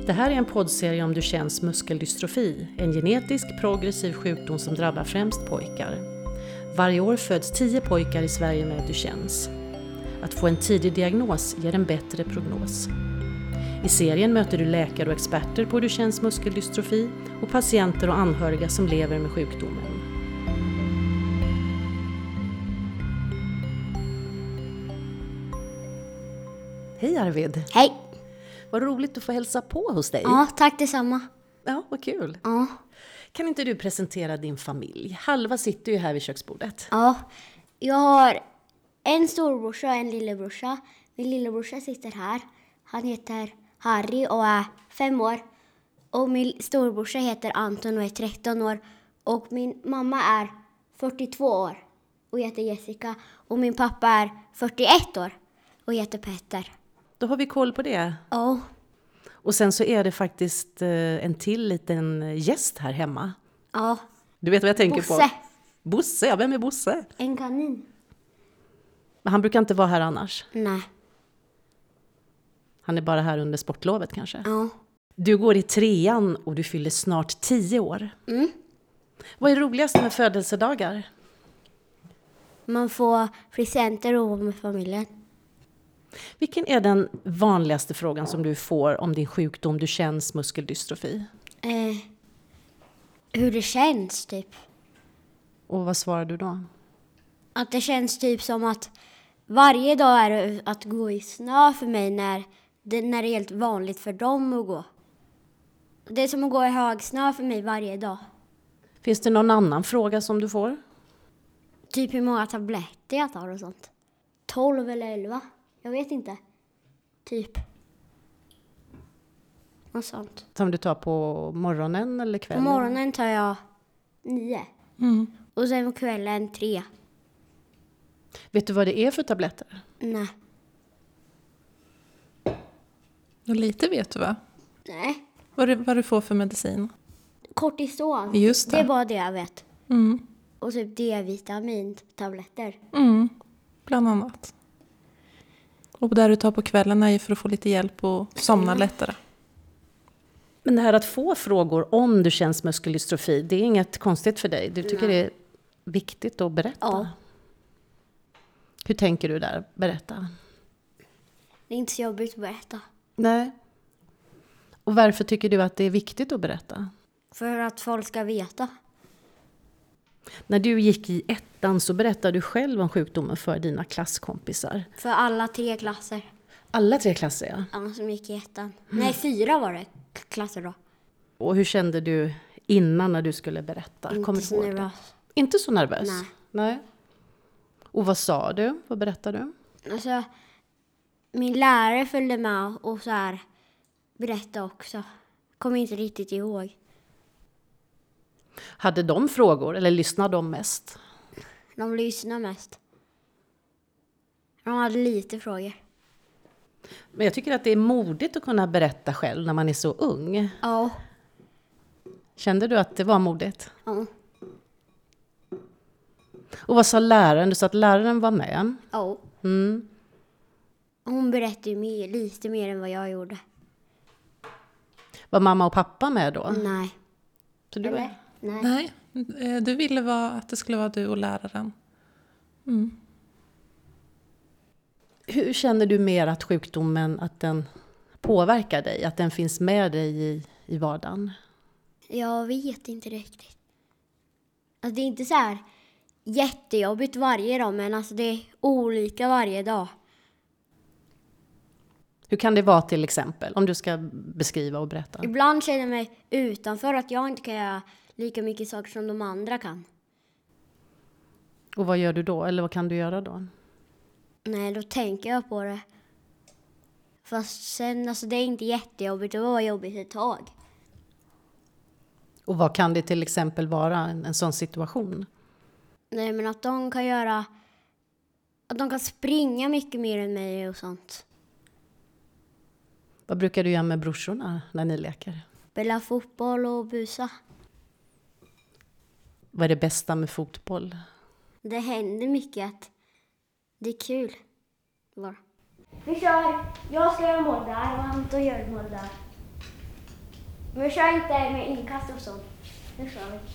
Det här är en poddserie om Duchennes muskeldystrofi, en genetisk progressiv sjukdom som drabbar främst pojkar. Varje år föds 10 pojkar i Sverige med Duchennes. Att få en tidig diagnos ger en bättre prognos. I serien möter du läkare och experter på Duchennes muskeldystrofi och patienter och anhöriga som lever med sjukdomen. Hej Arvid! Hej! Vad roligt att få hälsa på hos dig. Ja, tack detsamma. Ja, vad kul. Ja. Kan inte du presentera din familj? Halva sitter ju här vid köksbordet. Ja, jag har en storbrorsa och en lillebrorsa. Min lillebrorsa sitter här. Han heter Harry och är 5 år. Och min storbrorsa heter Anton och är 13 år. Och min mamma är 42 år och heter Jessica. Och min pappa är 41 år och heter Petter. Då har vi koll på det. Ja. Och sen så är det faktiskt en till liten gäst här hemma. Ja. Du vet vad jag tänker Bosse. på? Bosse, ja, vem är Bosse? En kanin. Men han brukar inte vara här annars. Nej. Han är bara här under sportlovet kanske. Ja. Du går i 3:an och du fyller snart 10 år. Mm. Vad är roligast med födelsedagar? Man får presenter och vara med familjen. Vilken är den vanligaste frågan som du får om din sjukdom Duchennes muskeldystrofi? Hur det känns typ. Och vad svarar du då? Att det känns typ som att varje dag är det att gå i snö för mig när det är helt vanligt för dem att gå. Det är som att gå i hög snö för mig varje dag. Finns det någon annan fråga som du får? Typ hur många tabletter jag tar och sånt. 12 eller 11. Jag vet inte. Typ. Något sånt. Som du tar på morgonen eller På kvällen? morgonen tar jag 9. Mm. Och sen på kvällen 3. Vet du vad det är för tabletter? Nej. Och lite vet du va? Nej. Vad du får för medicin. Kortison. Just det. Det är bara det jag vet. Mm. Och typ D-vitamintabletter. Mm. Bland annat. Och där du tar på kvällen är ju för att få lite hjälp och somna lättare. Men det här att få frågor om Duchennes muskeldystrofi, det är inget konstigt för dig. Du tycker det är viktigt att berätta. Ja. Hur tänker du där? Berätta. Det är inte så jobbigt att berätta. Nej. Och varför tycker du att det är viktigt att berätta? För att folk ska veta. När du gick i 1:an så berättade du själv om sjukdomen för dina klasskompisar. För alla 3 klasser. Alla 3 klasser, ja. Alla som gick i 1:an. Nej, 4 var det klasser då. Och hur kände du innan när du skulle berätta? Inte Kommer du så ihåg det? nervös. Inte så nervös? Nej. Nej. Och vad sa du? Vad berättade du? Alltså, min lärare följde med och så här berättade också. Kommer inte riktigt ihåg. Hade de frågor eller lyssnade de mest? De lyssnade mest. De hade lite frågor. Men jag tycker att det är modigt att kunna berätta själv när man är så ung. Ja. Kände du att det var modigt? Ja. Och vad sa läraren? Du sa att läraren var med. Ja. Mm. Hon berättade ju lite mer än vad jag gjorde. Var mamma och pappa med då? Nej. Så du Eller? Nej. Nej, du ville att det skulle vara du och läraren. Mm. Hur känner du mer att sjukdomen att den påverkar dig? Att den finns med dig i vardagen? Jag vet inte riktigt. Alltså det är inte så här jättejobbigt varje dag, men alltså det är olika varje dag. Hur kan det vara till exempel? Om du ska beskriva och berätta. Ibland känner jag mig utanför att jag inte kan göra lika mycket saker som de andra kan. Och vad gör du då? Eller vad kan du göra då? Nej, då tänker jag på det. Fast sen, alltså det är inte jättejobbigt. Det var jobbigt ett tag. Och vad kan det till exempel vara en sån situation? Nej, men att de kan göra... Att de kan springa mycket mer än mig och sånt. Vad brukar du göra med brorsorna när ni leker? Spela fotboll och busa. Vad är det bästa med fotboll? Det händer mycket att det är kul. Bara. Vi kör. Jag ska göra mål där och Anton gör mål där. Vi kör inte med inkast och sånt. Nu kör vi.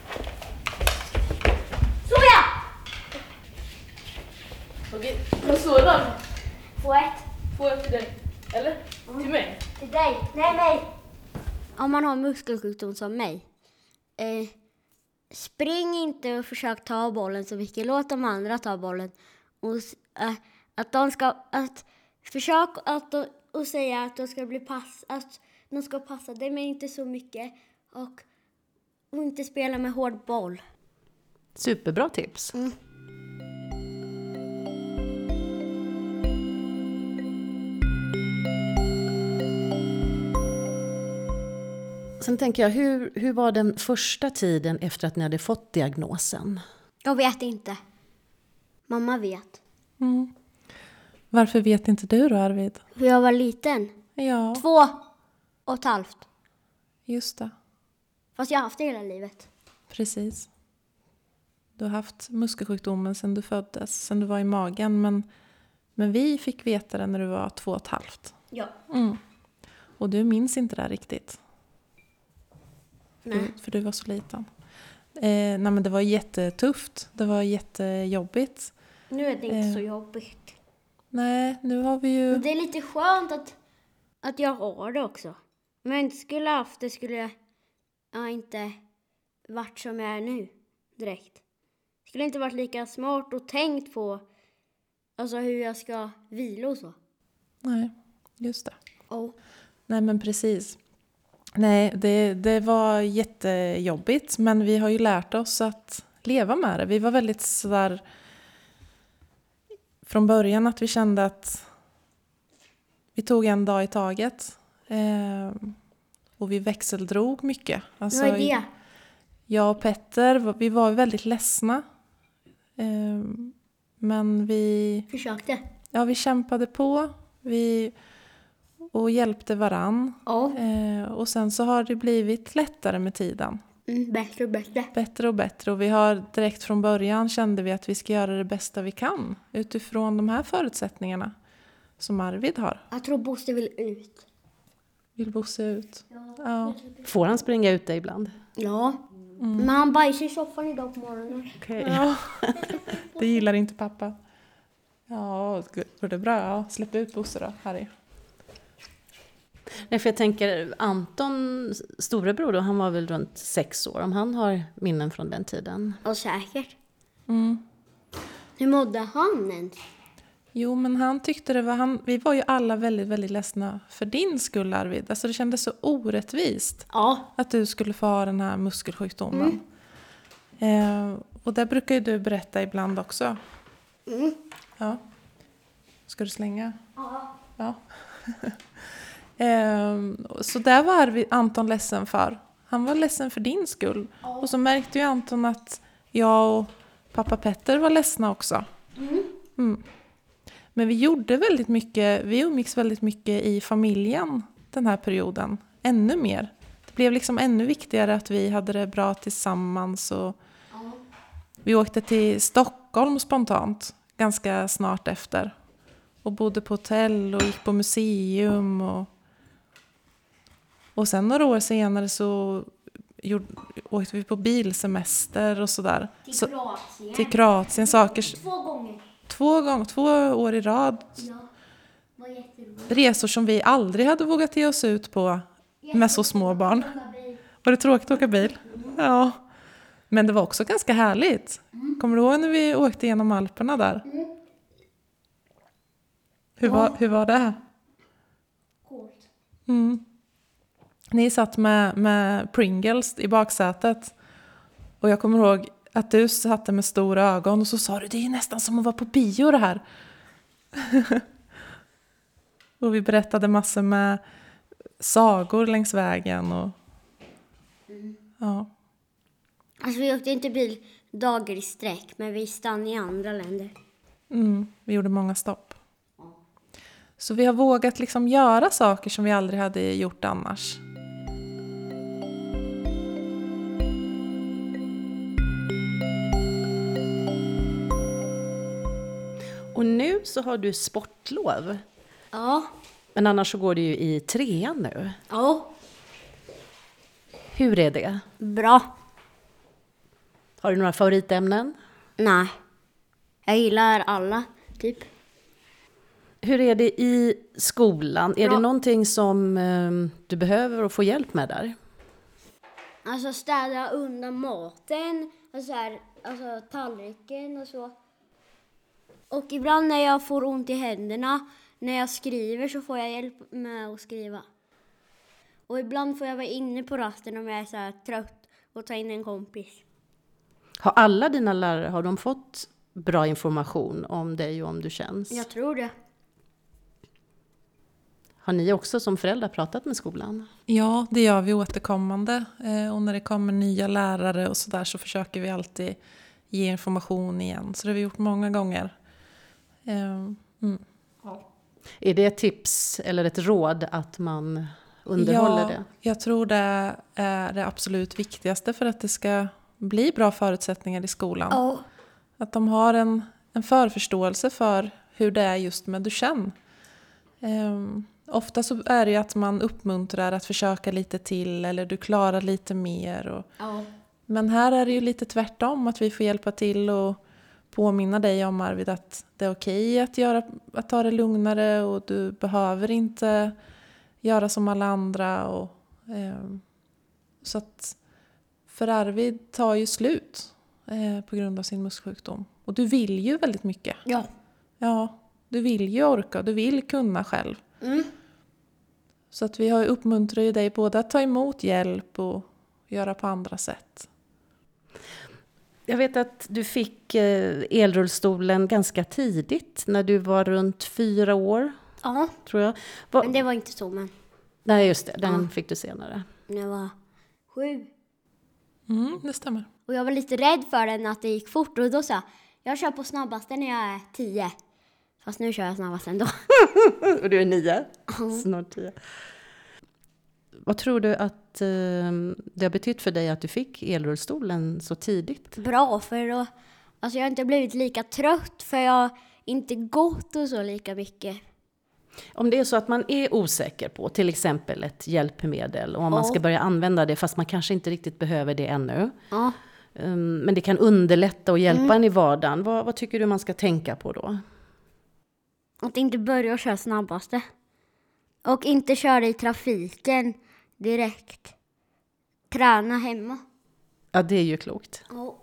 Såja! Okej, vad står det då? 2-1. Får jag till dig? Eller? Till mig? Till dig. Nej, mig. Om man har muskelsjukdom som mig. Spring inte och försök ta bollen så mycket. Låt de andra ta bollen. Och att de ska... Försök att säga att de ska bli att de ska passa det, men inte så mycket. Och inte spela med hård boll. Superbra tips. Sen tänker jag, hur var den första tiden efter att ni hade fått diagnosen? Jag vet inte. Mamma vet. Varför vet inte du då, Arvid? Hur jag var liten. Ja, 2,5. just det. Fast jag har haft det hela livet. Precis. Du har haft muskelsjukdomen sedan du föddes, sedan du var i magen. Men vi fick veta det när du var 2,5. Ja. Och du minns inte det riktigt. Nej. För du var så liten. Nej, men det var jättetufft. Det var jättejobbigt. Nu är det inte så jobbigt. Nej, nu har vi ju... Det är lite skönt att jag har det också. Om jag inte skulle haft det skulle jag inte varit som jag är nu direkt. Skulle inte varit lika smart och tänkt på alltså hur jag ska vila och så. Nej, just det. Oh. Nej, men precis. Nej, det var jättejobbigt. Men vi har ju lärt oss att leva med det. Vi var väldigt sådär... Från början att vi kände att vi tog en dag i taget. Och vi växeldrog mycket. Alltså, Vad är det? Jag och Petter, vi var väldigt ledsna. Men vi kämpade på. Och hjälpte varann. Och sen så har det blivit lättare med tiden. Bättre och bättre. Bättre och bättre. Och vi har direkt från början kände vi att vi ska göra det bästa vi kan. Utifrån de här förutsättningarna som Arvid har. Jag tror Bosse vill ut. Vill Bosse ut? Ja. Får han springa ute ibland? Ja. Men han bajsade i soffan idag på morgonen. Okay. Ja. Det gillar inte pappa. Ja, går det bra? Ja, släpp ut Bosse då, Harry. Nej, för jag tänker, Anton, storebror då, han var väl runt 6 år. Om han har minnen från den tiden. Ja, säkert. Hur mådde han ens? Jo, men han tyckte det var... vi var ju alla väldigt, väldigt ledsna för din skull, Arvid. Alltså det kändes så orättvist att du skulle få ha den här muskelsjukdomen. Och det brukar ju du berätta ibland också. Ja. Ska du slänga? Ja. Så där var Anton ledsen för. Han var ledsen för din skull. Och så märkte ju Anton att jag och pappa Petter var ledsna också. Men vi gjorde väldigt mycket. Vi umgicks väldigt mycket i familjen den här perioden. Ännu mer. Det blev liksom ännu viktigare att vi hade det bra tillsammans. Och vi åkte till Stockholm spontant. Ganska snart efter. Och bodde på hotell och gick på museum. Och sen några år senare så åkte vi på bilsemester och sådär. Till Kroatien. Saker. 2 gånger. 2 år i rad. Ja, var jätteroligt. Resor som vi aldrig hade vågat ge oss ut på med så små barn. Var det tråkigt att åka bil? Ja. Men det var också ganska härligt. Kommer du ihåg när vi åkte genom Alperna där? Hur var det? Coolt. Ni satt med Pringles i baksätet. Och jag kommer ihåg att du satt med stora ögon och så sa du, det är nästan som att vara på bio det här. Och vi berättade massor med sagor längs vägen. Och, ja. Alltså vi åkte inte bil dagar i sträck, men vi stannade i andra länder. Vi gjorde många stopp. Så vi har vågat liksom göra saker som vi aldrig hade gjort annars. Och nu så har du sportlov. Ja. Men annars så går du ju i 3:an nu. Ja. Hur är det? Bra. Har du några favoritämnen? Nej. Jag gillar alla, typ. Hur är det i skolan? Är Bra. det någonting som du behöver och få hjälp med där? Alltså städa undan maten, och så här, alltså tallriken och så. Och ibland när jag får ont i händerna, när jag skriver så får jag hjälp med att skriva. Och ibland får jag vara inne på rasten om jag är så här trött och ta in en kompis. Har alla dina lärare, har de fått bra information om dig och om Duchennes? Jag tror det. Har ni också som föräldrar pratat med skolan? Ja, det gör vi återkommande. Och när det kommer nya lärare och sådär så försöker vi alltid ge information igen. Så det har vi gjort många gånger. Är det ett tips eller ett råd att man underhåller det? Jag tror det är det absolut viktigaste för att det ska bli bra förutsättningar i skolan. Ja. Att de har en förförståelse för hur det är just med Duchenne. Ofta så är det ju att man uppmuntrar att försöka lite till eller du klarar lite mer. Ja. Men här är det ju lite tvärtom, att vi får hjälpa till och påminna dig om, Arvid, att det är okej att ta det lugnare och du behöver inte göra som alla andra. Så att för Arvid tar ju slut på grund av sin muskelsjukdom. Och du vill ju väldigt mycket. Ja. Ja, du vill ju orka, du vill kunna själv. Mm. Så att vi uppmuntrar ju dig både att ta emot hjälp och göra på andra sätt. Jag vet att du fick elrullstolen ganska tidigt, när du var runt 4 år, Ja, tror jag. men det var inte så, men Nej, just det. Den fick du senare. när jag var 7. Det stämmer. Och jag var lite rädd för den, att det gick fort. Och då sa jag kör på snabbaste när jag är 10. Fast nu kör jag snabbast ändå. Och du är 9, snart 10. Vad tror du att det har betytt för dig att du fick elrullstolen så tidigt? Bra, för då, alltså jag har inte blivit lika trött, för jag har inte gått och så lika mycket. Om det är så att man är osäker på till exempel ett hjälpmedel och om man ska börja använda det fast man kanske inte riktigt behöver det ännu. Ja. Men det kan underlätta och hjälpa en i vardagen. Vad tycker du man ska tänka på då? Att inte börja köra snabbaste. Och inte köra i trafiken direkt. Träna hemma. Ja, det är ju klokt. Ja.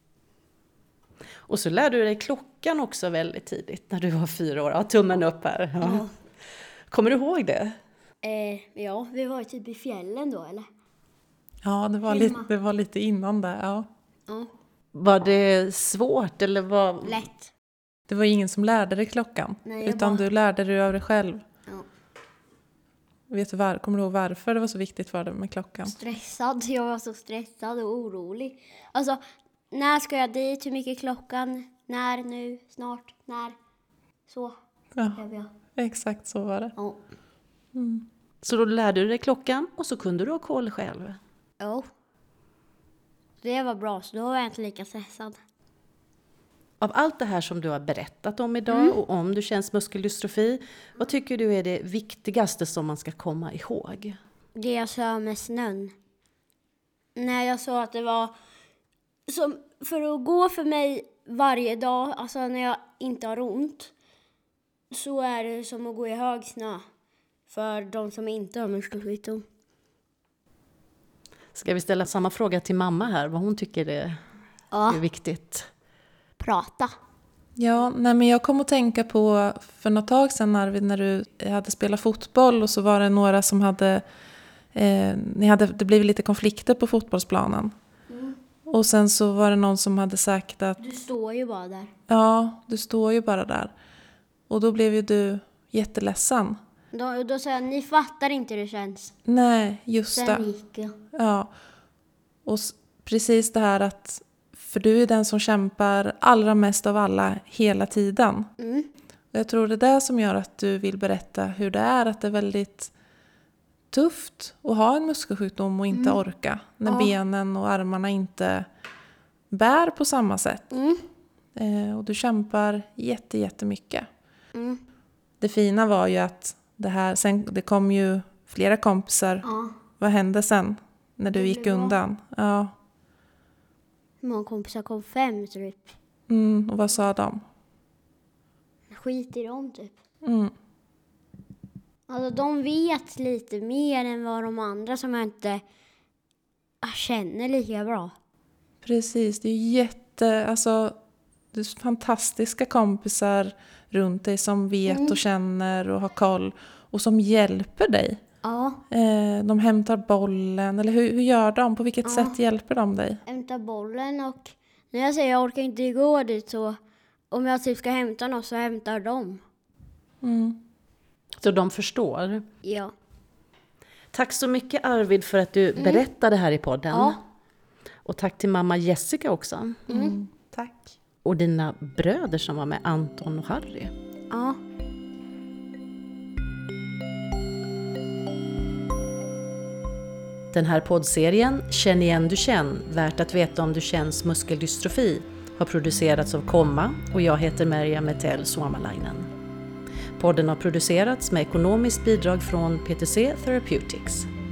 Och så lärde du dig klockan också väldigt tidigt när du var 4 år. Ja, tummen upp här. Ja. Kommer du ihåg det? Ja, vi var ju typ i fjällen då, eller? Ja, det var lite innan det. Ja. Ja. Var det svårt eller var... Lätt. Det var ingen som lärde dig klockan. Nej, utan du lärde dig av dig själv. Ja. Kommer du ihåg varför det var så viktigt för dig med klockan? Stressad. Jag var så stressad och orolig. Alltså, när ska jag dit? Hur mycket är klockan? När? Nu? Snart? När? Så. Ja, Jag. exakt så var det. Ja. Så då lärde du dig klockan och så kunde du ha koll själv. Ja. Det var bra, så då var jag inte lika stressad. Av allt det här som du har berättat om idag och om Duchennes muskeldystrofi, vad tycker du är det viktigaste som man ska komma ihåg? Det jag sa med snön. När jag sa att det var som för att gå för mig varje dag, alltså när jag inte har ont, så är det som att gå i hög snö för de som inte har muskelsjukdom. Ska vi ställa samma fråga till mamma här, vad hon tycker är viktigt? Prata. Ja, men jag kom att tänka på för något tag sedan, Arvid, när du hade spelat fotboll och så var det några som hade det blev lite konflikter på fotbollsplanen. Och sen så var det någon som hade sagt att Du står ju bara där. ja, du står ju bara där. Och då blev ju du jätteledsen. Då sa jag, ni fattar inte hur det känns. Nej, just Sen det. gick jag. Ja. Och precis det här att för du är den som kämpar allra mest av alla hela tiden. Och jag tror det är det som gör att du vill berätta hur det är. Att det är väldigt tufft att ha en muskelsjukdom och inte orka. När benen och armarna inte bär på samma sätt. Och du kämpar jättemycket. Det fina var ju att det kom ju flera kompisar. Vad hände sen? när du Det gick blev bra. undan. Ja. Många kompisar kom 5 typ. Och vad sa de? Skit i dem typ. Mm. Alltså de vet lite mer än vad de andra som jag inte känner lika bra. Precis, det är det är fantastiska kompisar runt dig som vet och känner och har koll och som hjälper dig. Ja, De hämtar bollen, eller hur gör de? På vilket sätt hjälper de dig? hämta bollen och när jag säger jag orkar inte gå dit så om jag typ ska hämta något så hämtar de. Så de förstår. Ja. Tack så mycket Arvid för att du berättade här i podden. Ja. Och tack till mamma Jessica också. Tack. Och dina bröder som var med, Anton och Harry. Ja. Den här poddserien Känn igen Duchenne, värt att veta om Duchennes muskeldystrofi, har producerats av Komma och jag heter Merja Metell Suomalainen. Podden har producerats med ekonomiskt bidrag från PTC Therapeutics.